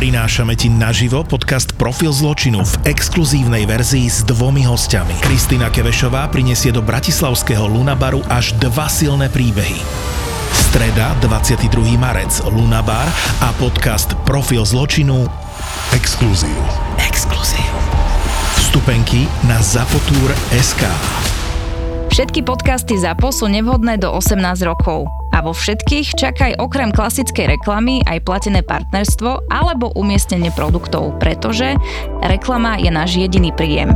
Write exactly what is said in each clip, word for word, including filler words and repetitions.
Prinášame ti naživo podcast Profil zločinu v exkluzívnej verzii s dvomi hostiami. Kristina Kevešová prinesie do bratislavského Lunabaru až dva silné príbehy. Streda, dvadsiateho druhého marca, Lunabar a podcast Profil zločinu exkluzív. Exkluzív. Vstupenky na zapotur bodka es ká. Všetky podcasty ZAPO sú nevhodné do osemnásť rokov. A vo všetkých čakaj okrem klasickej reklamy aj platené partnerstvo alebo umiestnenie produktov, pretože reklama je náš jediný príjem.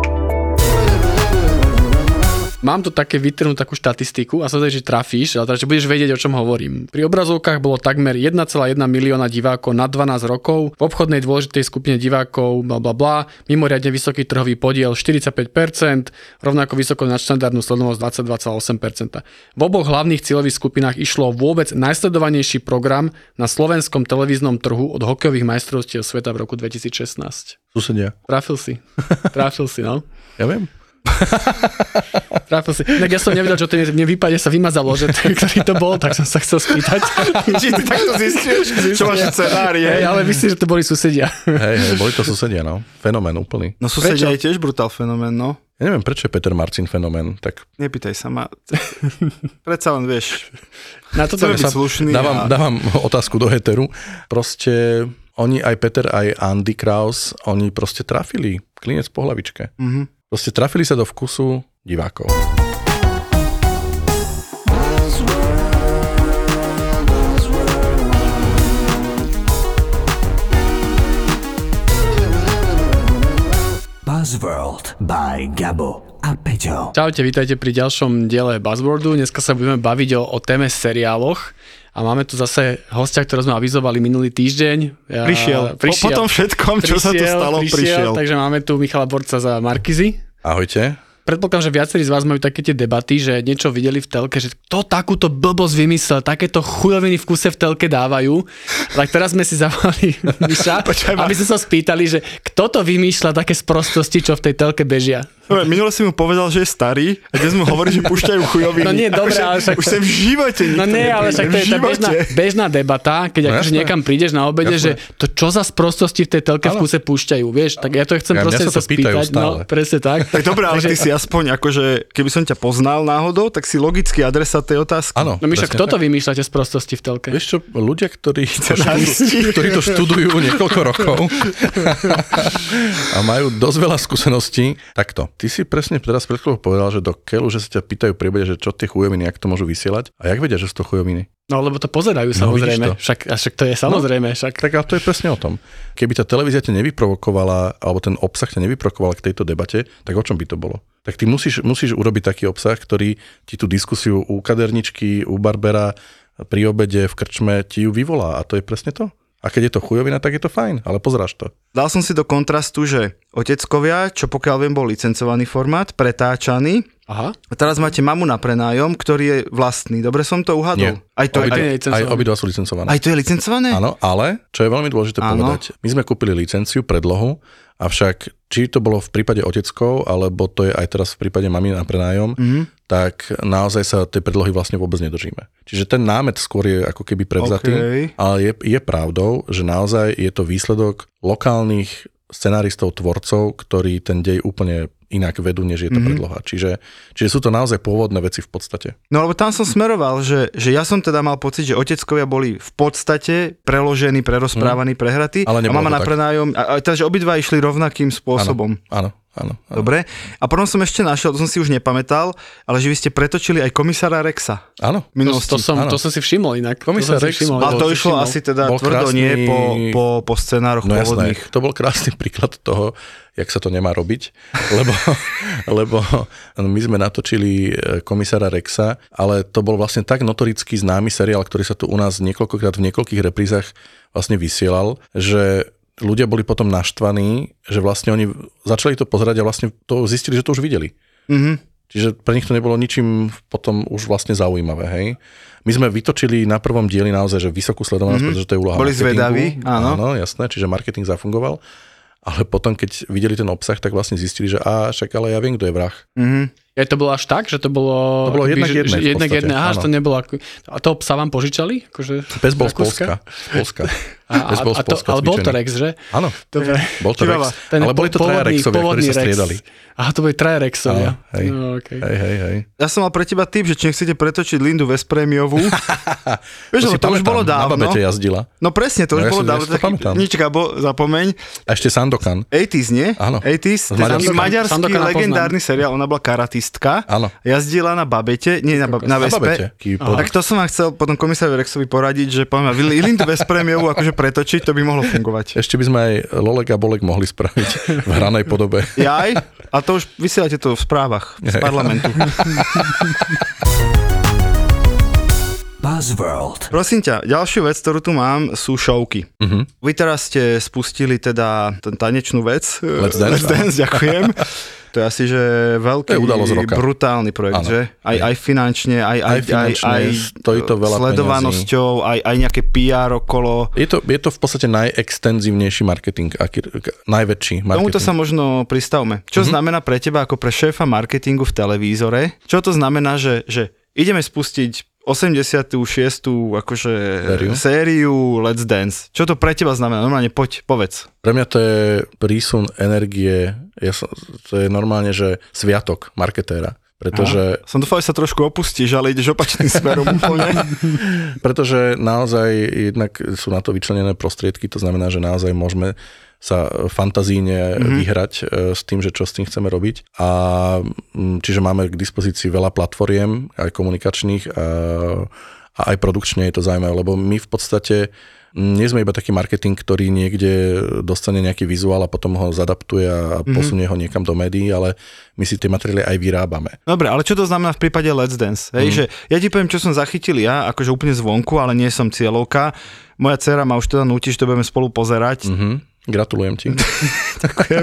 Mám tu také vytrhnú takú štatistiku a sa že trafíš, ale teda, že budeš vedieť, o čom hovorím. Pri obrazovkách bolo takmer jeden celá jeden milióna divákov nad dvanásť rokov, v obchodnej dôležitej skupine divákov bla bla bla, mimoriadne vysoký trhový podiel štyridsaťpäť percent, rovnako vysoko nadštandardnú sledovanosť dvadsaťdva celá osem percent. V oboch hlavných cieľových skupinách išlo vôbec najsledovanejší program na slovenskom televíznom trhu od hokejových majstrovstiev sveta v roku dvetisícšestnásť. Susedia. Trafil si. Trafil si, no. Ja viem. Trápil si. Tak ja som nevedel, čo to je. Mne výpade sa vymazalo, že t- ktorý to bol, tak som sa chcel spýtať. Či ty takto zistíš, čo máš scenárie. Hej, ale myslím, že to boli susedia. Hej, hej, boli to susedia, no. Fenomén úplný. No susedia je tiež brutál fenomén, no. Ja neviem, prečo je Peter Marcin fenomén, tak... Nepýtaj sa ma. Predsa len vieš. Na to Chceme byť slušný. Dávam, a... dávam otázku do heteru. Proste oni, aj Peter, aj Andy Kraus, oni proste trafili klinec po hlavičke. Mhm. Proste trafili sa do vkusu divákov. Buzzworld by Gabo a Peťo. Čaute, vítajte pri ďalšom diele Buzzworldu. Dneska sa budeme baviť o, o téme seriáloch. A máme tu zase hostia, ktorého sme avizovali minulý týždeň. Ja, prišiel. prišiel. Po, po tom všetkom, čo prišiel, sa tu stalo, prišiel. prišiel. Takže máme tu Michala Borca za Markizy. Ahojte. Predpokladám, že viacerí z vás majú také tie debaty, že niečo videli v telke, že kto takúto blbosť vymyslel, takéto chujoviny v kuse v telke dávajú. Tak teraz sme si zavolali Miša, aby sme sa spýtali, že kto to vymýšľa také sprostosti, čo v tej telke bežia. Minule si mu povedal, že je starý a dnes mu hovorí, že púšťajú chujoviny. No nie, dobré, ale však... Už sem v živote nikto No nie, ale však to je tá bežná, bežná debata, keď no, akože niekam prídeš na obede, jasné. Že to čo za sprostosti v tej telke v kuse púšťajú, vieš, tak ja to chcem ja, proste sa, sa spýtať. No, presne tak. Tak dobré, ale ty si aspoň akože, keby som ťa poznal náhodou, tak si logicky adresa tej otázky. Áno. No Miša, kto to vymýšľa tie sprostosti v telke? Vieš čo, ľudia, ktorí to, študujú, ktorí to študujú niekoľko rokov a majú dosť veľa skúseností, takto. Ty si presne teraz pred chvíľou povedal, že do keľu, že sa ťa pýtajú príbede, že čo tie chujoviny, jak to môžu vysielať. A jak vedia, že sú to chujoviny? No lebo to pozerajú samozrejme, no, však, a však to je samozrejme. No, však. Tak ale to je presne o tom. Keby tá televízia ťa nevyprovokovala, alebo ten obsah ťa nevyprovokoval k tejto debate, tak o čom by to bolo? Tak ty musíš, musíš urobiť taký obsah, ktorý ti tú diskusiu u kaderničky, u barbera, pri obede, v krčme ti ju vyvolá. A to je presne to. A keď je to chujovina, tak je to fajn, ale pozráš to. Dal som si do kontrastu, že Oteckovia, čo pokiaľ viem, bol licencovaný formát, pretáčaný. Aha. A teraz máte Mamu na prenájom, ktorý je vlastný. Dobre som to uhadol? Nie. Aj to aj, je aj obidva sú licencované. Aj to je licencované? Áno, ale, čo je veľmi dôležité áno. povedať, my sme kúpili licenciu, predlohu, avšak či to bolo v prípade Oteckov, alebo to je aj teraz v prípade Mami na prenájom, mm-hmm. tak naozaj sa tej predlohy vlastne vôbec nedržíme. Čiže ten námet skôr je ako keby prevzatý, okay. ale je, je pravdou, že naozaj je to výsledok lokálnych scenáristov, tvorcov, ktorí ten dej úplne inak vedú, než je to mm-hmm. predloha. Čiže, čiže sú to naozaj pôvodné veci v podstate. No lebo tam som smeroval, že, že ja som teda mal pocit, že Oteckovia boli v podstate preložení, prerozprávaní, mm. prehratí. Ale a Mama na prenájom, a, a takže obidva išli rovnakým spôsobom. Áno, áno. Áno. Dobre. A potom som ešte našiel, to som si už nepamätal, ale že vy ste pretočili aj komisára Rexa. Áno. To, to, som, to som si všimol inak. Komisár Rex. Všimol, a to išlo všimol. asi teda bol tvrdo krásny... nie po, po, po scenároch no pôvodných. Jasné, to bol krásny príklad toho, jak sa to nemá robiť, lebo, lebo my sme natočili komisára Rexa, ale to bol vlastne tak notoricky známy seriál, ktorý sa tu u nás niekoľkokrát v niekoľkých reprízach vlastne vysielal, že ľudia boli potom naštvaní, že vlastne oni začali to pozerať a vlastne to zistili, že to už videli. Mm-hmm. Čiže pre nich to nebolo ničím potom už vlastne zaujímavé, hej. My sme vytočili na prvom dieli naozaj, že vysokú sledovanosť, mm-hmm. pretože to je úloha boli marketingu. Boli zvedaví, áno. Áno, jasné, čiže marketing zafungoval. Ale potom, keď videli ten obsah, tak vlastne zistili, že á, však ale ja viem, kto je vrah. Mm-hmm. Ja, to bolo až tak, že to bolo... To bolo jednak že, jedné že, jednak jedné, aha, že to nebolo ako... A toho psa vám požičali? Akože, pes bol z Polska. Z Polska. A, Pes bol a, z Polska to, ale bol to Rex, že? Áno, dobre. Bol to Rex. Ale boli to traja Rexovia, ktorí sa striedali. Aha, to boli traja Rexovia. Áno, hej. No, okay. hej, hej, hej. Ja som mal pre teba tip, že či nechcete pretočiť Lindu Veszprémiovú. Vieš, to, to, to už bolo dávno. Na babete jazdila. No presne, to no, už ja bolo si, dávno. Ja taký, nič, Gabo, zapomeň. A ešte Sandokan. osemdesiatych, nie? Áno. osemdesiatych, to je taký maďarský Sandokana legendárny poznám. Seriál, ona bola karatistka. Áno. Jazdila na babete, nie na, na, na Vespe. Tak to som vám chcel potom komisárovi Rexovi poradiť, že poviem, Lindu Veszprémiovú akože pretočiť, to by mohlo fungovať. Ešte by sme aj Lolek a Bolek mohli spraviť v hranej podobe. Jaj? A to už vysielate to v správach z parlamentu. Buzzworld. Prosím ťa, ďalšiu vec, ktorú tu mám, sú šovky. Uh-huh. Vy teraz ste spustili teda ten tanečnú vec. Let's Dance. Let's Dance, ďakujem. To je asi, že veľký, brutálny projekt, ano. Že? Aj, aj finančne, aj, aj, aj, aj, aj stojí to veľa sledovanosťou, aj, aj nejaké pé er okolo. Je to, je to v podstate najextenzívnejší marketing, aký, najväčší marketing. Tomuto sa možno pristavme. Čo uh-huh. znamená pre teba ako pre šéfa marketingu v televízore? Čo to znamená, že, že ideme spustiť osemdesiatu šiestú akože sériu? sériu Let's Dance. Čo to pre teba znamená? Normálne poď, povedz. Pre mňa to je prísun energie, ja som, to je normálne, že sviatok marketéra. Pretože... Aha. Som dúfal, že sa trošku opustíš, ale ideš opačným smerom úplne. Pretože naozaj jednak sú na to vyčlenené prostriedky, to znamená, že naozaj môžeme sa fantazíne mm-hmm. vyhrať e, s tým, že čo s tým chceme robiť. A čiže máme k dispozícii veľa platformiem, aj komunikačných a, a aj produkčne je to zaujímavé, lebo my v podstate nie sme iba taký marketing, ktorý niekde dostane nejaký vizuál a potom ho zadaptuje a mm-hmm. posunie ho niekam do médií, ale my si tie materiály aj vyrábame. Dobre, ale čo to znamená v prípade Let's Dance? Hej, mm. že ja ti poviem, čo som zachytil ja, akože úplne zvonku, ale nie som cieľovka. Moja dcéra ma už teda núti, že to budeme spolu pozerať. Mm-hmm. Gratulujem ti. Ďakujem.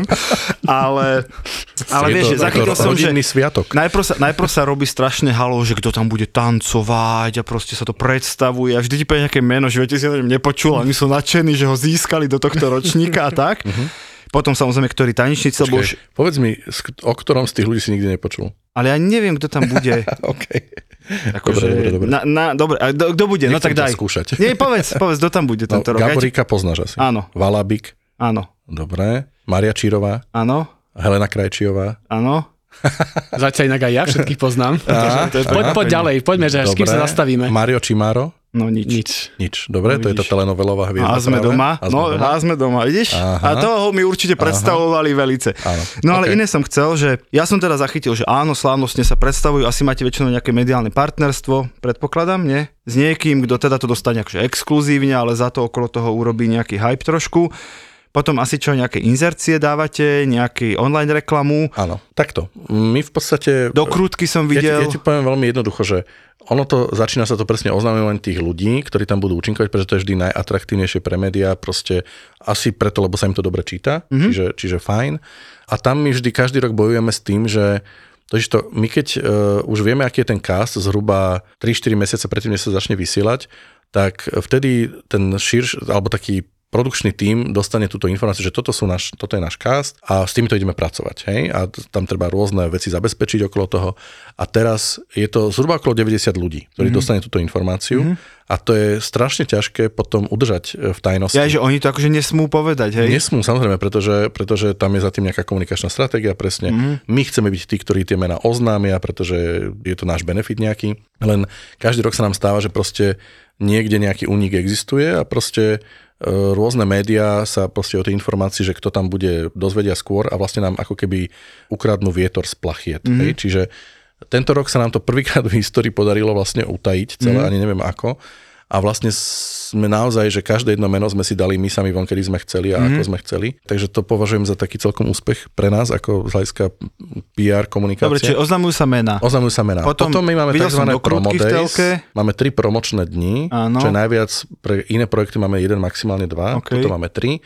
Ale, ale vieš, že zachytil som, že sviatok. Najprv sa, najprv sa robí strašne halo, že kto tam bude tancovať a proste sa to predstavuje a vždy ti povie nejaké meno, že viete si to nepočul a my sú nadšení, že ho získali do tohto ročníka a tak. Uh-huh. Potom samozrejme, ktorý tanečníci. Počkej, už... povedz mi, o ktorom z tých ľudí si nikdy nepočul. Ale ja neviem, kto tam bude. OK. Ako dobre, že, dobre, dobre. Na, na, dobre, a kto bude? Nechcem no tak daj. Skúšať. Nie, povedz, povedz, kto tam bude tento no, rok. Gaborika ja ti... poznáš asi. Áno. Valabik. Áno. Dobre. Maria Čírová. Áno. Helena Krajčiová. Áno. Zatiaľ inak aj ja všetkých poznám. Á, to je, poď, poď ďalej, poďme, že s kým sa zastavíme. Mario Čimáro. No nič. Nič. Nič. Dobre, no, to je tá telenovelová hviezda. A sme práve. doma. A sme no, doma. a sme doma, vidíš? Aha. A toho mi určite predstavovali Aha. velice. Áno. No ale okay. iné som chcel, že ja som teda zachytil, že áno, slávnostne sa predstavujú, asi máte väčšinou nejaké mediálne partnerstvo, predpokladám, nie? S niekým, kto teda to dostane akože exkluzívne, ale za to okolo toho urobí nejaký hype trošku. Potom asi čo, nejaké inzercie dávate, nejaký online reklamu. Áno, takto. My v podstate... Do krútky som videl. Ja ti, ja ti poviem veľmi jednoducho, že ono to, začína sa to presne oznámenie tých ľudí, ktorí tam budú účinkovať, pretože to je vždy najatraktívnejšie pre médiá, proste asi preto, lebo sa im to dobre číta, mm-hmm. čiže, čiže fajn. A tam my vždy každý rok bojujeme s tým, že to, my keď uh, už vieme, aký je ten cast, zhruba tri štyri mesiace predtým, než sa začne vysielať, tak vtedy ten širš, alebo taký produkčný tím dostane túto informáciu, že toto, sú naš, toto je náš cast a s týmto ideme pracovať. Hej? A tam treba rôzne veci zabezpečiť okolo toho. A teraz je to zhruba okolo deväťdesiat ľudí, ktorí mm-hmm. dostane túto informáciu mm-hmm. a to je strašne ťažké potom udržať v tajnosti. Ja, že oni to akože nesmú povedať, hej? Nesmú, samozrejme, pretože, pretože tam je za tým nejaká komunikačná stratégia, presne. Mm-hmm. My chceme byť tí, ktorí tie mená oznámia, pretože je to náš benefit nejaký. Len každý rok sa nám stáva, že proste niekde nejaký únik existuje a proste rôzne médiá sa proste o tej informácii, že kto tam bude, dozvedia skôr a vlastne nám ako keby ukradnú vietor z plachiet. Mm-hmm. Hej? Čiže tento rok sa nám to prvýkrát v histórii podarilo vlastne utajiť celé, mm-hmm. ani neviem ako. A vlastne sme naozaj, že každé jedno meno sme si dali my sami von, kedy sme chceli a mm-hmm. ako sme chceli. Takže to považujem za taký celkom úspech pre nás, ako z hľadiska pé er komunikácie. Dobre, čiže oznamujú sa mená. Oznamujú sa mená. Potom, Potom my máme tzv. Promo days. Máme tri promočné dni, áno. Čo je najviac, pre iné projekty máme jeden, maximálne dva. Okay. Toto máme tri,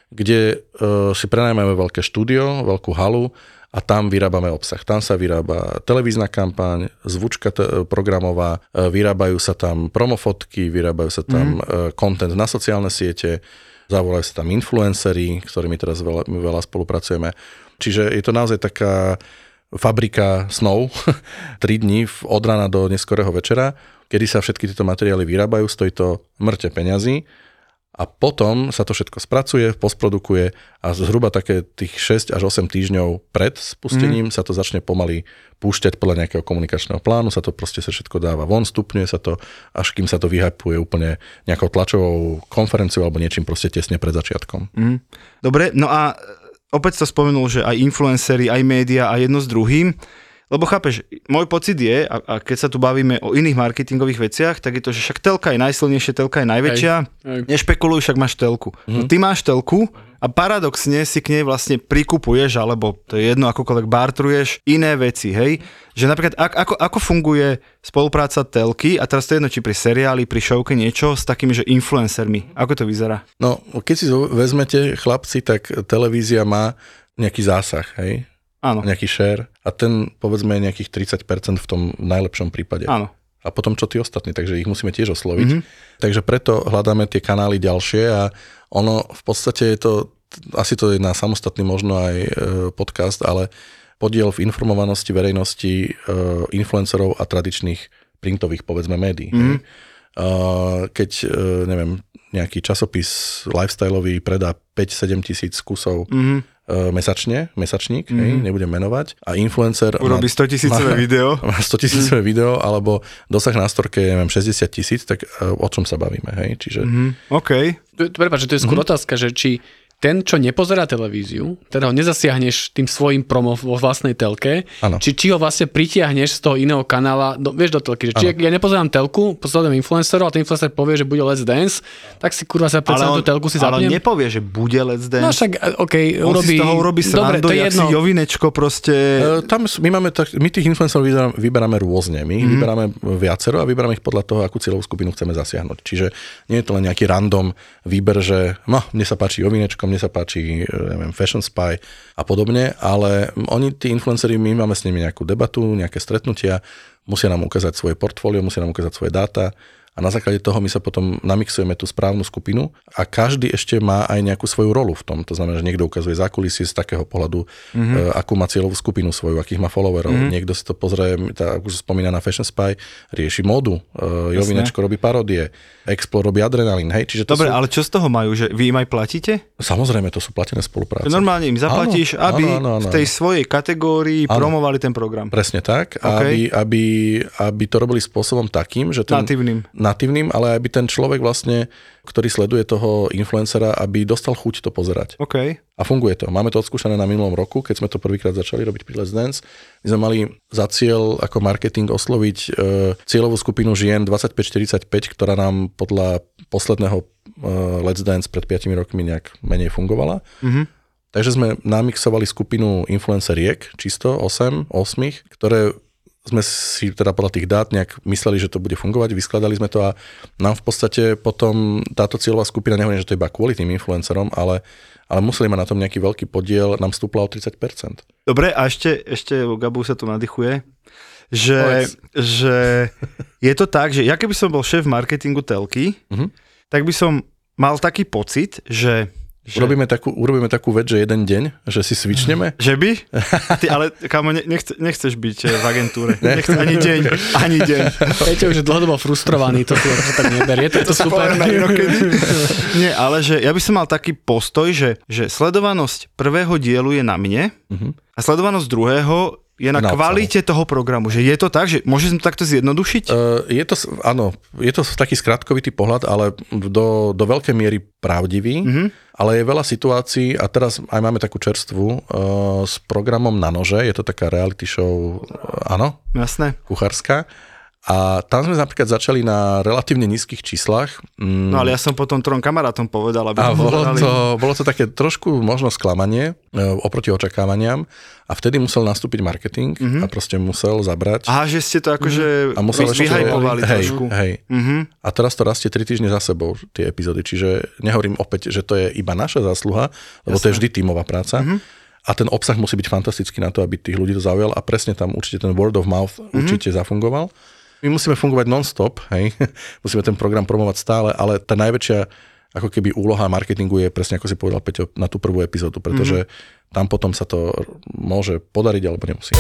kde uh, si prenajmeme veľké štúdio, veľkú halu, a tam vyrábame obsah. Tam sa vyrába televízna kampaň, zvučka te- programová, vyrábajú sa tam promofotky, vyrábajú sa tam kontent mm. na sociálne siete, zavolajú sa tam influenceri, s ktorými teraz veľa, veľa spolupracujeme. Čiže je to naozaj taká fabrika snov, tri dni od rána do neskorého večera, kedy sa všetky tieto materiály vyrábajú, stojí to mŕte peňazí a potom sa to všetko spracuje, postprodukuje a zhruba také tých šesť až osem týždňov pred spustením mm. sa to začne pomaly púšťať podľa nejakého komunikačného plánu, sa to proste sa všetko dáva von, stupňuje sa to, až kým sa to vyhypuje úplne nejakou tlačovou konferenciou alebo niečím proste tesne pred začiatkom. Mm. Dobre, no a opäť sa spomenul, že aj influenceri, aj média a jedno s druhým. Lebo chápeš, môj pocit je, a, a keď sa tu bavíme o iných marketingových veciach, tak je to, že však telka je najsilnejšia, telka je najväčšia. Hej, hej. Nešpekuluj, však máš telku. Mm. No ty máš telku a paradoxne si k nej vlastne prikupuješ, alebo to je jedno, akokoľvek bartruješ, iné veci, hej? Že napríklad, ako, ako funguje spolupráca telky, a teraz to je jedno, či pri seriáli, pri showke niečo, s takými, že influencermi. Ako to vyzerá? No, keď si vezmete, chlapci, tak televízia má nejaký zásah, hej? Áno. Nejaký share a ten povedzme je nejakých tridsať percent v tom najlepšom prípade. Áno. A potom čo tí ostatní, takže ich musíme tiež osloviť. Mm-hmm. Takže preto hľadáme tie kanály ďalšie a ono v podstate je to, asi to je na samostatný možno aj podcast, ale podiel v informovanosti verejnosti influencerov a tradičných printových povedzme médií. Mm-hmm. Keď, neviem, nejaký časopis lifestyleový predá päť sedem tisíc kusov mm-hmm. mesačne, mesačník, mm-hmm. hej, nebudem menovať. A influencer urobí sto tisícové video. Má sto tisícové mm-hmm. video, alebo dosah na storke, neviem, šesťdesiat tisíc, tak o čom sa bavíme, hej? Čiže... Mm-hmm. OK. Prepáč, že to je skôr mm-hmm. otázka, že či ten, čo nepozerá televíziu, teda ho nezasiahneš tým svojím promo vo vlastnej telke, či, či ho vlastne pritiahneš z toho iného kanála, do, vieš do telky, že či ja nepozerám telku, posledujem influencerov a ten influencer povie, že bude Let's Dance, tak si kurva sa predsa tú telku si zapnem. Ale nepovie, že bude Let's Dance. No však, okej, okay, on urobí... si z toho urobí srandu, dobre, to je jak jedno. Si Jovinečko proste... Uh, tam my máme tak, my tých influencerov vyberáme, vyberáme rôzne, my mm-hmm. vyberáme viacero a vyberáme ich podľa toho, akú cieľovú skupinu chceme zasiahnuť. Čiže nie je to len nejaký random výber, že no, mne sa páči Jovinečko, mne sa páči neviem, Fashion Spy a podobne, ale oni, tí influenceri, my máme s nimi nejakú debatu, nejaké stretnutia, musia nám ukázať svoje portfólio, musia nám ukázať svoje dáta a na základe toho my sa potom namixujeme tú správnu skupinu a každý ešte má aj nejakú svoju rolu v tom. To znamená, že niekto ukazuje zákulisie z takého pohľadu, mm-hmm. akú má cieľovú skupinu svoju, akých má followerov. Mm-hmm. Niekto si to pozrie, tá, už spomína na Fashion Spy, rieši módu, uh, Jovinečko robí paródie, Explore robí adrenalín, hej. Čiže to dobre, sú... ale čo z toho majú, že vy im aj platíte? Samozrejme, to sú platené spolupráce. Normálne im zaplatíš, áno, aby áno, áno, áno. v tej svojej kategórii áno. promovali ten program. Presne tak, okay. aby, aby, aby to robili spôsobom takým, že ten... Natívnym. Natívnym, ale aby ten človek vlastne, ktorý sleduje toho influencera, aby dostal chuť to pozerať. Okay. A funguje to. Máme to odskúšané na minulom roku, keď sme to prvýkrát začali robiť pri Let's Dance. My sme mali za cieľ ako marketing osloviť e, cieľovú skupinu žien dvadsaťpäť štyridsaťpäť, ktorá nám podľa posledného e, Let's Dance pred piatimi rokmi nejak menej fungovala. Mm-hmm. Takže sme namixovali skupinu influenceriek, čisto osem, osmých, ktoré sme si teda podľa tých dát nejak mysleli, že to bude fungovať, vyskladali sme to a nám v podstate potom táto cieľová skupina, nehovorím, že to je iba kvôli tým influencerom, ale, ale museli mať na tom nejaký veľký podiel, nám stúpla o tridsať percent. Dobre, a ešte, ešte Gabu sa tu nadýchuje, že, že je to tak, že ja keby som bol šéf marketingu telky, uh-huh. tak by som mal taký pocit, že Že... Urobíme, takú, urobíme takú vec, že jeden deň, že si switchneme. Že by? Ty, ale kámo, nechce, nechceš byť v agentúre. Nechce, ani deň, ani deň. Peťo už je dlhodobo frustrovaný, to si tak neberie, to je to, to super. Nie, ale že ja by som mal taký postoj, že, že sledovanosť prvého dielu je na mne uh-huh. a sledovanosť druhého je na, na kvalite toho programu. Že je to tak, že môžeme to takto zjednodušiť? Uh, je to, áno, je to taký skratkovitý pohľad, ale do, do veľkej miery pravdivý, mm-hmm. ale je veľa situácií a teraz aj máme takú čerstvú uh, s programom Na nože, je to taká reality show, uh, áno? Jasné. Kuchárska. A tam sme napríklad začali na relatívne nízkych číslach. Mm. No ale ja som potom trom kamarátom povedal, aby a bolo to, bolo to také trošku možno sklamanie e, oproti očakávaniam a vtedy musel nastúpiť marketing mm-hmm. a proste musel zabrať. Aha, že ste to akože a musel vyhypovali trošku. Hej, mm-hmm. A teraz to rastie tri týždne za sebou, tie epizódy, čiže nehovorím opäť, že to je iba naša zásluha, lebo Jasne. To je vždy tímová práca. Mm-hmm. A ten obsah musí byť fantastický na to, aby tých ľudí to zaujal a presne tam určite ten word of mouth mm-hmm. určite zafungoval. My musíme fungovať non-stop, hej, musíme ten program promovať stále, ale tá najväčšia ako keby úloha marketingu je presne ako si povedal Peťo na tú prvú epizódu, pretože mm-hmm. tam potom sa to môže podariť alebo nemusí.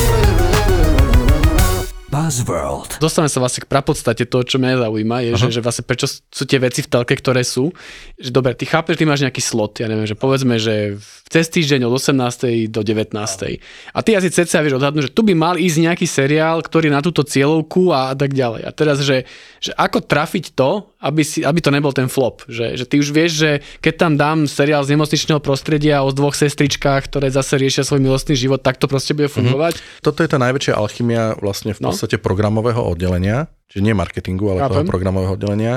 Buzzworld. Dostaneme sa vlastne k prapodstate toho, čo mňa zaujíma, je, že, že vlastne prečo sú tie veci v telke, ktoré sú. Že dobre, ty chápeš, ty máš nejaký slot, ja neviem, že povedzme, že cez týždeň od osemnástej do devätnástej. A ty asi cca vieš odhadnúť, že tu by mal ísť nejaký seriál, ktorý na túto cieľovku a tak ďalej. A teraz, že, že ako trafiť to, aby, si, aby to nebol ten flop. Že, že ty už vieš, že keď tam dám seriál z nemocničného prostredia o dvoch sestričkách, ktoré zase riešia svoj milostný život, tak to proste bude fungovať. Mm-hmm. Toto je tá najväčšia alchymia vlastne v no? podstate programového oddelenia, čiže nie marketingu, ale toho programového oddelenia,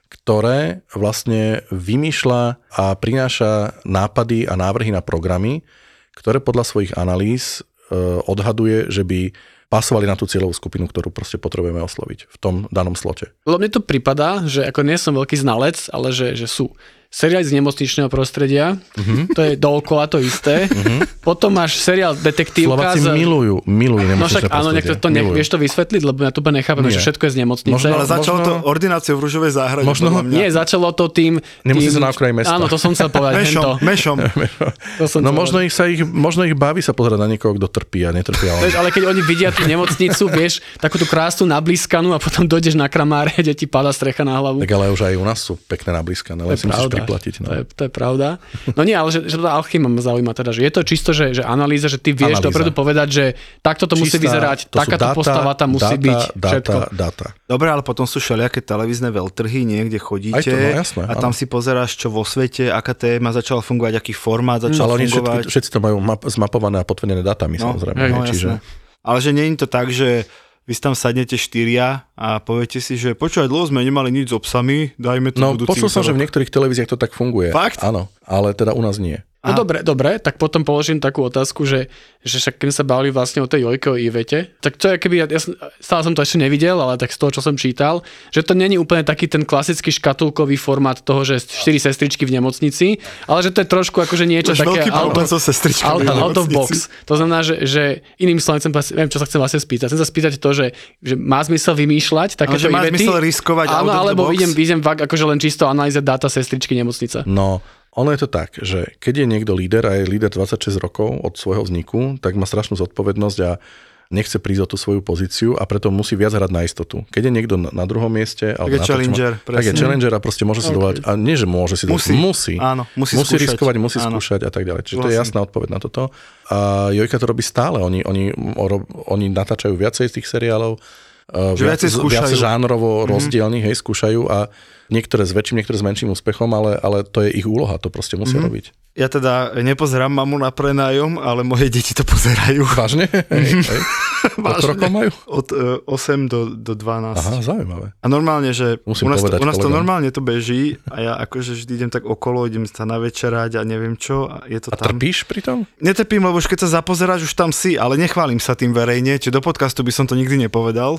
ktoré vlastne vymýšľa a prináša nápady a návrhy na programy, ktoré podľa svojich analýz e, odhaduje, že by pasovali na tú cieľovú skupinu, ktorú proste potrebujeme osloviť v tom danom slote. Lebo mne to pripadá, že ako nie som veľký znalec, ale že, že sú seriál z nemocničného prostredia, uh-huh. to je dookola to isté. Uh-huh. Potom máš seriál detektívka. Slováci z... milujú, milujú nemocničné no však, prostredie. Áno, niekto to nech, vieš to vysvetliť, lebo ja to nechápem, že všetko je z nemocnice. Možno, ale začalo možno... to ordináciou v Ružovej záhrade. Možno, nie, začalo to tým... Nemusí tým... sa na okraji mesta. Áno, to som chcel povedať. Mešom, mešom. To som no možno ich, sa ich, možno ich baví sa pozerať na niekoho, kto trpí a netrpí. Ale... Vieš, ale keď oni vidia tú nemocnicu, vieš, takú tú krásnu nablískanú a potom dojdeš na kramáre, kde ti padá strecha na hlavu. Tak ale už aj u nás sú pekné nablískané, len si musíš priplatiť. No. To, je, to je pravda. No nie, ale že, že tá alchymia ma zaujíma teda, že je to čisto, že, že analýza, že ty vieš Analýza. dopredu povedať, že takto to musí Čistá, vyzerať, to takáto data, postava tam musí data, byť, data, všetko. Data. Dobre, ale potom sú všelijaké televízne veľtrhy, niekde chodíte Aj to, no, jasné, a tam áno. si pozeráš, čo vo svete, aká téma začala fungovať, aký formát začal Ale oni fungovať. všetci, všetci to majú map, zmapované a potvrdené datami, No, samozrejme. no, Čiže... Ale že nie je to tak, že vy si tam sadnete štyria a poviete si, že počúvaj, dlho sme nemali nič s obsami, dajme to No, budúci počul som, že v niektorých televíziách to tak funguje. Fakt? Áno, ale teda u nás nie. No dobre, dobre, tak potom položím takú otázku, že, že však keď sa bavili vlastne o tej Jojke, o Ivete, tak to je keby, ja, ja stále som to ešte nevidel, ale tak z toho, čo som čítal, že to není úplne taký ten klasický škatulkový formát toho, že štyri sestričky v nemocnici, ale že to je trošku akože niečo Máš také veľký problém so sestričkami out, v out of nemocnici. box. To znamená, že, že iným slovom, neviem, čo sa chcem vlastne spýtať. Chcem sa spýtať to, že, že má zmysel vymýšľať takéto že má Ivety. zmysel riskovať áno, out of the alebo box? idem, idem akože len čisto analýze dáta sestričky nemocnica. No, ono je to tak, že keď je niekto líder a je líder dvadsaťšesť rokov od svojho vzniku, tak má strašnú zodpovednosť a nechce prísť o tú svoju pozíciu a preto musí viac hrať na istotu. Keď je niekto na, na druhom mieste, alebo je na challenger, to, tak je challenger a proste môže si okay. dovolať, a nie, že môže si dovolať, musí. Áno, musí, musí skúšať. riskovať, musí Áno. skúšať a tak ďalej. Čiže Vlastne. to je jasná odpoveď na toto. A Jojka to robí stále. Oni, oni, oni natáčajú viacej z tých seriálov, Že viac, viacej skúšajú. viac žánrovo Mhm. rozdielných, hej, skúšajú a niektoré s väčším, niektoré s menším úspechom, ale, ale to je ich úloha, to proste musia Mhm. robiť. Ja teda nepozerám Mamu na prenájom, ale moje deti to pozerajú. Vážne? Hej, hej. Koľko rokov majú? Od uh, osem do, do dvanásť. Aha, zaujímavé. A normálne, že Musím u nás, to, povedať u nás to kolegom. normálne to beží a ja akože vždy idem tak okolo, idem sa navečerať a neviem čo a je to A tam. trpíš pri tom? Netrpím, lebo už keď sa zapozeráš, už tam si, ale nechválim sa tým verejne, čiže do podcastu by som to nikdy nepovedal.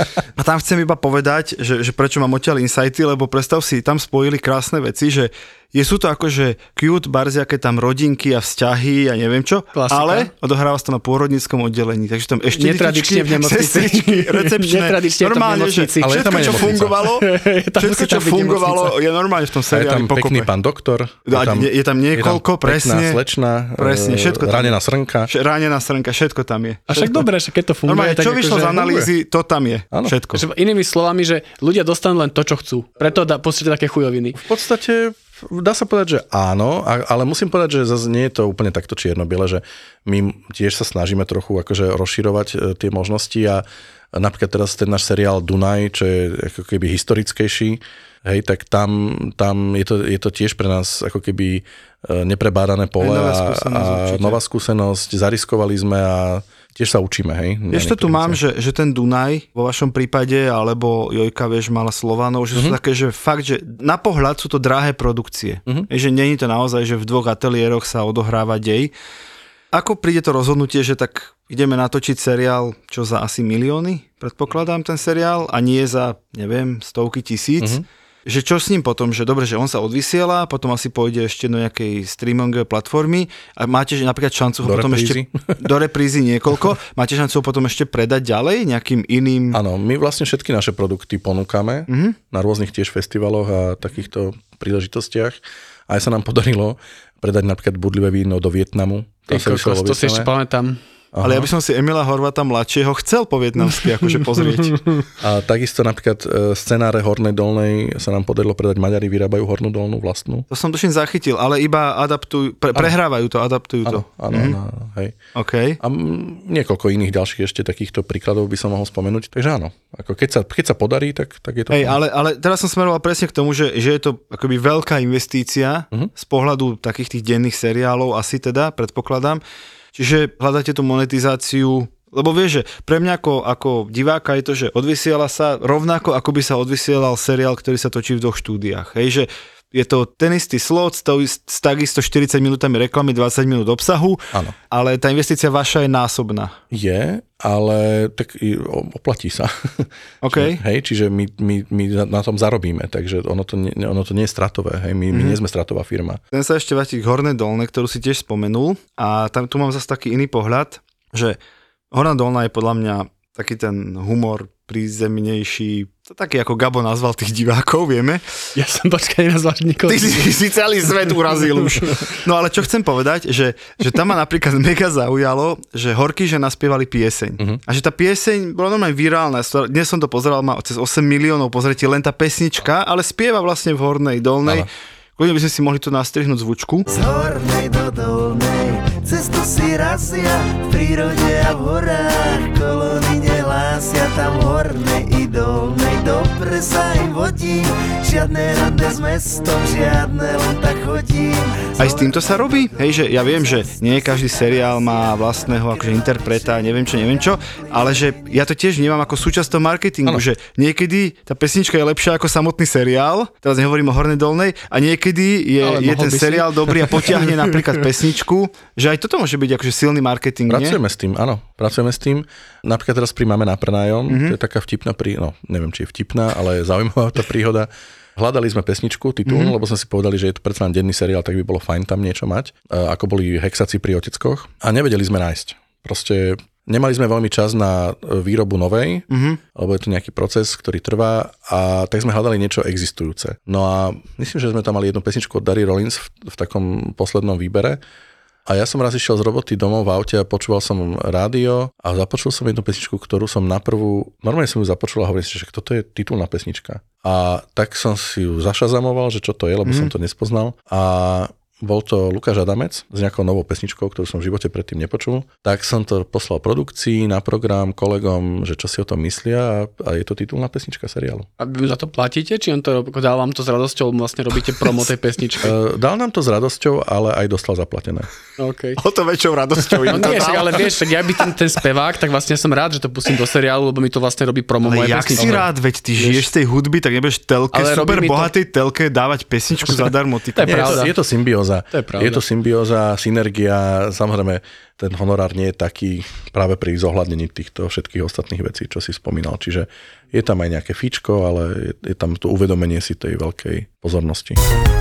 A tam chcem iba povedať, že, že prečo mám odtiaľ insighty, lebo predstav si, tam spojili krásne veci, že je sú to akože cute, barziaké tam rodinky a vzťahy a neviem čo, Klasika. ale odohráva sa to na pôrodníckom oddelení, takže tam ešte Netradične v nemocnici. sestričky, recepčné, Netradične v tom normálne, že nemocnici. Ale je tam všetko, aj čo nemocnica. fungovalo, Tam všetko, musí čo tam byť fungovalo, nemocnica. je normálne v tom A je seriáli tam pokope. pekný pán doktor. A je- je tam niekoľko, je tam presne. Pekná slečna, Presne, e, všetko tam ranená srnka. Vš- Ránená srnka, všetko tam je. A však Všetko. dobre, že keď to funguje, Normálne, tak čo vyšlo akože- z analýzy, to tam je. Áno. Všetko. Že inými slovami, že ľudia dostanú len to, čo chcú. Preto dá podstate také chujoviny. V podstate dá sa povedať, že áno, a- ale musím povedať, že zase nie je to úplne takto čierno-biele, že my tiež sa snažíme trochu akože rozširovať e, tie možnosti a napríklad teraz ten náš seriál Dunaj, čo je ako keby historickejší, hej, tak tam, tam je, to, je to tiež pre nás ako keby e, neprebádané pole Aj nová a, skúsenosť a určite. nová skúsenosť, zariskovali sme a tiež sa učíme, hej. na Vieš, to tu niektorých mám, veciach. že, že ten Dunaj vo vašom prípade, alebo Jojka, vieš, mala Slovanov, že sú Mhm. také, že fakt, že na pohľad sú to drahé produkcie. Mhm. Vieš, že nie je to naozaj, že v dvoch ateliéroch sa odohráva dej. Ako príde to rozhodnutie, že tak ideme natočiť seriál, čo za asi milióny, predpokladám ten seriál, a nie za, neviem, stovky tisíc. Mhm. Že čo s ním potom, že dobre, že on sa odvysiela, potom asi pôjde ešte do nejakej streamingovej platformy a máte že napríklad šancu ho Do potom reprízy. ešte do reprízy niekoľko, máte šancu ho potom ešte predať ďalej nejakým iným. Áno, my vlastne všetky naše produkty ponúkame Mhm. na rôznych tiež festivaloch a takýchto príležitostiach. A aj sa nám podarilo predať napríklad Budlivé víno do Vietnamu. To, kokos, to si ešte pamätám. Aha. Ale ja by som si Emila Horváta mladšieho chcel po vietnamsky akože pozrieť. A takisto napríklad scenáre Hornej Dolnej sa nám podarilo predať, Maďari vyrábajú Hornú Dolnú vlastnú. To som tuším zachytil, ale iba adaptujú, pre, prehrávajú to, adaptujú to. Áno, áno, mm. áno, hej. Okay. A m, niekoľko iných ďalších ešte takýchto príkladov by som mohol spomenúť. Takže áno, ako keď sa, keď sa podarí, tak, tak je to... Hej, ale, ale teraz som smeroval presne k tomu, že, že je to akoby veľká investícia uh-huh. z pohľadu takých tých denných seriálov, asi teda, predpokladám. Čiže hľadáte tú monetizáciu, lebo vieš, že pre mňa ako, ako diváka je to, že odvysiela sa rovnako, ako by sa odvysielal seriál, ktorý sa točí v dvoch štúdiách. Hej, že je to ten istý slot s takisto štyridsať minútami reklamy, dvadsať minút obsahu, áno. Ale tá investícia vaša je násobná. Je, ale tak oplatí sa. Okay. Hej, čiže my, my, my na tom zarobíme, takže ono to nie, ono to nie je stratové. Hej, my, mm-hmm. my nie sme stratová firma. Ten sa ešte vráti k Hornej Dolnej, ktorú si tiež spomenul, a tam tu mám zase taký iný pohľad, že Horná Dolná je podľa mňa taký ten humor prízemnejší, to taký ako Gabo nazval tých divákov, vieme. Ja som počkaj nazval nikoho. Ty si, si celý svet urazil už. No ale čo chcem povedať, že, že tam ma napríklad mega zaujalo, že Horky, že naspievali pieseň. Uh-huh. A že tá pieseň bola normálne virálna. Dnes som to pozeral, má cez osem miliónov pozretí len tá pesnička, ale spieva vlastne v Hornej Dolnej. Kľudne by sme si mohli tu nastrihnúť zvučku. Z Hornej do Dolnej cestu si razia, v prírode a v horách kolóny nehlásia, tam Hornej i Dolnej dobre sa im vodí, žiadne rande s mestom, žiadne len tak chodím. Aj s týmto sa robí? Hej, že ja viem, že nie každý seriál má vlastného akože interpreta, neviem čo, neviem čo, ale že ja to tiež vnímam ako súčasť toho marketingu, ano. Že niekedy tá pesnička je lepšia ako samotný seriál, teraz nehovorím o Hornej Dolnej, a niekedy je, je ten seriál si... dobrý a potiahne napríklad pesničku, že aj toto môže byť akože silný marketing, Pracujeme nie? s tým, áno, pracujeme s tým. Napríklad teraz pri Máme na prenájom, mm-hmm. to je taká vtipná, prí... no neviem, či je vtipná, ale je zaujímavá tá príhoda. Hľadali sme pesničku, titul, mm-hmm. lebo sme si povedali, že je to predsa len denný seriál, tak by bolo fajn tam niečo mať, ako boli Hexaci pri Oteckoch, a nevedeli sme nájsť. Proste nemali sme veľmi čas na výrobu novej, mm-hmm. lebo je to nejaký proces, ktorý trvá, a tak sme hľadali niečo existujúce. No a myslím, že sme tam mali jednu pesničku od Dary Rollins v, v takom poslednom výbere. A ja som raz išiel z roboty domov v aute a počúval som rádio a započul som jednu pesničku, ktorú som na prvú, normálne som ju započul a hovorím si, že toto je titulná pesnička. A tak som si ju zašazamoval, že čo to je, lebo mm. som to nespoznal. A bol to Lukáš Adamec s nejakou novou pesničkou, ktorú som v živote predtým nepočul. Tak som to poslal produkcii, na program, kolegom, že čo si o tom myslia, a je to titulná pesnička seriálu. A vy za to platíte? Či on to dal vám to s radosťou, vlastne robíte promo tej pesničky? Uh, dal nám to s radosťou, ale aj dostal zaplatené. Okay. O to väčšou radosťou im no to nie, dal. Ale vieš, tak ja by ten, ten spevák, tak vlastne som rád, že to pustím do seriálu, lebo mi to vlastne robí promo ale moje jak pesničky. si rád, veď ty vieš, žiješ z tej hudby, tak nebudeš telke, ale super bohatej to... telke dávať pesničku zadarmo. To je pravda. Je to symbióza. To je pravda. Je to symbióza, synergia, samozrejme ten honorár nie je taký práve pri zohľadnení týchto všetkých ostatných vecí, čo si spomínal. Čiže je tam aj nejaké fíčko, ale je, je tam to uvedomenie si tej veľkej pozornosti.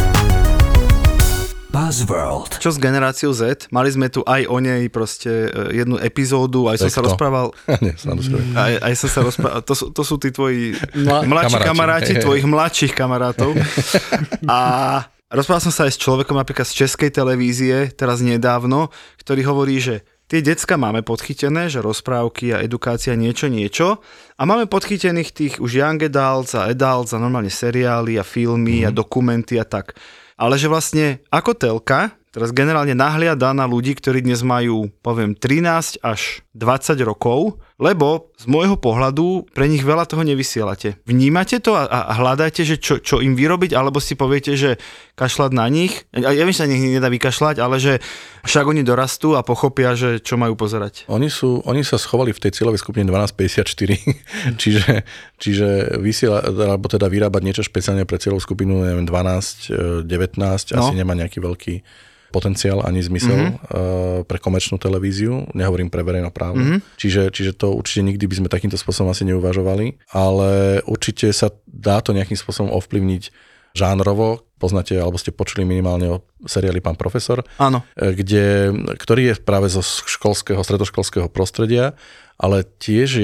Buzzworld. Čo s generáciou Z? Mali sme tu aj o nej proste jednu epizódu, aj som sa rozprával. Nie, aj, aj som sa rozprával. To sú, to sú tí tvoji Mla, mladší kamaráti, kamaráti hej, tvojich hej. mladších kamarátov. A rozprával som sa aj s človekom napríklad z Českej televízie, teraz nedávno, ktorý hovorí, že tie decka máme podchytené, že rozprávky a edukácia niečo, niečo. A máme podchytených tých už young adults a adults a normálne seriály a filmy mm. a dokumenty a tak. Ale že vlastne ako telka teraz generálne nahliada na ľudí, ktorí dnes majú, poviem, trinásť až dvadsať rokov, lebo z môjho pohľadu pre nich veľa toho nevysielate. Vnímate to a, a hľadáte, že čo, čo im vyrobiť, alebo si poviete, že kašľať na nich? Ja viem, že sa nich nedá vykašľať, ale že však oni dorastú a pochopia, že čo majú pozerať. Oni, sú, oni sa schovali v tej cieľovej skupine dvanásť päťdesiatštyri, čiže, čiže vysiela, alebo teda vyrábať niečo špeciálne pre cieľovú skupinu, neviem, dvanásť devätnásť, no. Asi nemá nejaký veľký potenciál ani zmysel mm-hmm. uh, pre komerčnú televíziu, nehovorím pre verejnoprávnu. Mm-hmm. Čiže, čiže to určite nikdy by sme takýmto spôsobom asi neuvažovali, ale určite sa dá to nejakým spôsobom ovplyvniť žánrovo. Poznáte, alebo ste počuli minimálne o seriáli Pán profesor, áno. Kde, ktorý je práve zo školského, stredoškolského prostredia, ale tiež je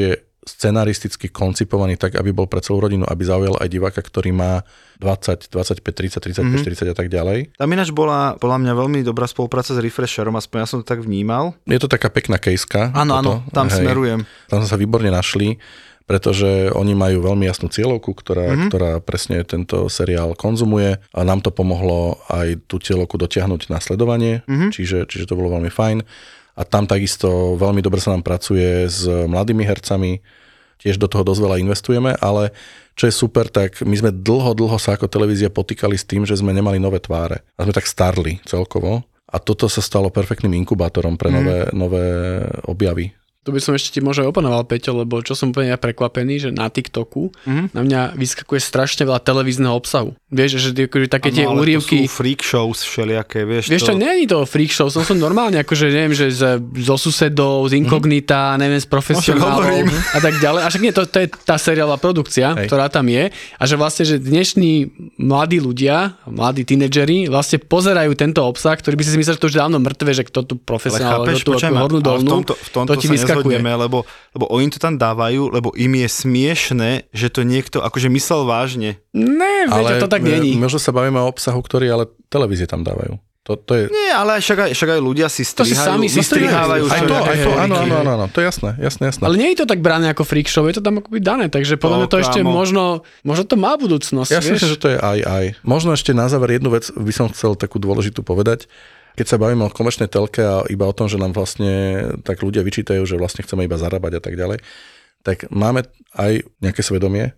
scenaristicky koncipovaný tak, aby bol pre celú rodinu, aby zaujal aj diváka, ktorý má dvadsať, dvadsaťpäť, tridsať, tridsaťpäť, mm-hmm. štyridsať a tak ďalej. Tam ináč bola podľa mňa veľmi dobrá spolupráca s Refresherom, aspoň ja som to tak vnímal. Je to taká pekná kejska. Áno, áno, tam hej, smerujem. Tam sa výborne našli, pretože oni majú veľmi jasnú cieľovku, ktorá, mm-hmm. ktorá presne tento seriál konzumuje a nám to pomohlo aj tú cieľovku dotiahnuť na sledovanie, mm-hmm. čiže, čiže to bolo veľmi fajn. A tam takisto veľmi dobre sa nám pracuje s mladými hercami, tiež do toho dosť veľa investujeme, ale čo je super, tak my sme dlho, dlho sa ako televízia potýkali s tým, že sme nemali nové tváre. A sme tak starli celkovo. A toto sa stalo perfektným inkubátorom pre nové, mm. nové objavy. Tu by som ešte ti možno oponoval, Peťo, lebo čo som úplne prekvapený, že na TikToku mm-hmm. na mňa vyskakuje strašne veľa televízneho obsahu. Vieš, že také tie ano, úryvky... to sú freak shows všelijaké, vieš. Vieš, to, to nie je to freak show, som som normálne, akože neviem, že z, zo susedov, z Inkognita, mm-hmm. neviem, z profesionálov a tak ďalej. A však nie, to, to je tá seriálová produkcia, Hej. ktorá tam je. A že vlastne, že dnešní mladí ľudia, mladí tínedžeri vlastne pozerajú tento obsah, ktorý by si myslel, že to už dávno mŕtve, že kto tu profesionál, kto tu hornú dolnú, to ti vyskakuje. Lebo, lebo oni to tam dávajú, lebo im je smiešné, že to niekto akože myslel vážne. Ne, vieš, to tak není. Možno sa bavíme o obsahu, ktorý ale televízie tam dávajú. To, to je... Nie, ale však aj, však aj ľudia si strihajú. To si sami si strihávajú. Aj to, aj to, áno, áno, áno, to je jasné, jasné, jasné. Ale nie je to tak brané ako freak show, je to tam akoby dané, takže podľa mňa to, to ešte možno, možno to má budúcnosť, ja vieš? Ja si myslím, že to je aj, aj. Možno ešte na záver jednu vec by som chcel takú dôležitú povedať. Keď sa bavíme o komerčnej telke a iba o tom, že nám vlastne tak ľudia vyčítajú, že vlastne chceme iba zarábať a tak ďalej, tak máme aj nejaké svedomie.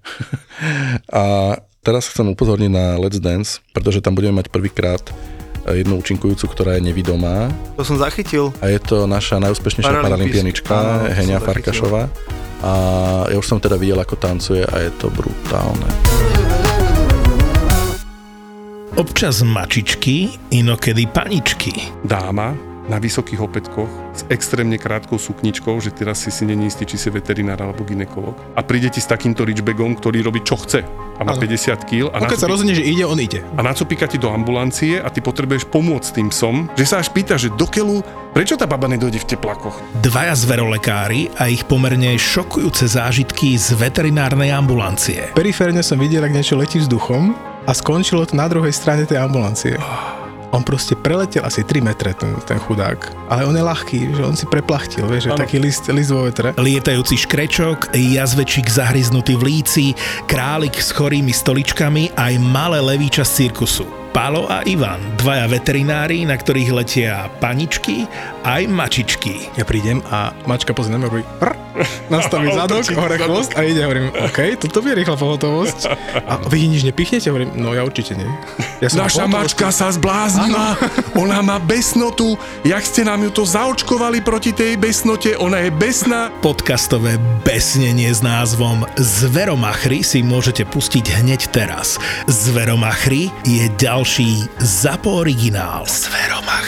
A teraz chcem upozorniť na Let's Dance, pretože tam budeme mať prvýkrát jednu účinkujúcu, ktorá je nevidomá. To som zachytil. A je to naša najúspešnejšia paralympianička, Heňa Farkašová. A ja už som teda videl, ako tancuje a je to brutálne. Občas mačičky, inokedy paničky. Dáma na vysokých opätkoch s extrémne krátkou sukničkou, že teraz si si není istý, či si veterinár alebo gynekolog. A príde ti s takýmto reachbagom, ktorý robí čo chce. A má ano. päťdesiat kíl. A keď sa rozhodne, že ide, on ide. A nacopíka ti do ambulancie a ty potrebuješ pomôcť tým psom, že sa až pýta, že do keľu, prečo tá baba nedojde v teplákoch? Dvaja zverolekári a ich pomerne šokujúce zážitky z veterinárnej ambulancie. Periférne som videl, ak niečo letí vzduchom a skončilo to na druhej strane tej ambulancie. On proste preletel asi tri metre, ten, ten chudák. Ale on je ľahký, že on si preplachtil, vieš, že taký list, list vo vetre. Lietajúci škrečok, jazvečík zahryznutý v líci, králik s chorými stoličkami, aj malé levíča z cirkusu. Pálo a Ivan, dvaja veterinári, na ktorých letia paničky aj mačičky. Ja prídem a mačka pozrie na mňa, hovorí prr, nastaví zadok, hore chvost a ide, hovorím, OK, toto je rýchla pohotovosť. A vy nič nepichnete? Hovorím, no ja určite nie. Ja Naša mačka sa zbláznila, ona má besnotu, jak ste nám ju to zaočkovali proti tej besnote, ona je besná. Podcastové besnenie s názvom Zveromachry si môžete pustiť hneď teraz. Zveromachry je ďalší ZAPO originál. Zveromachry.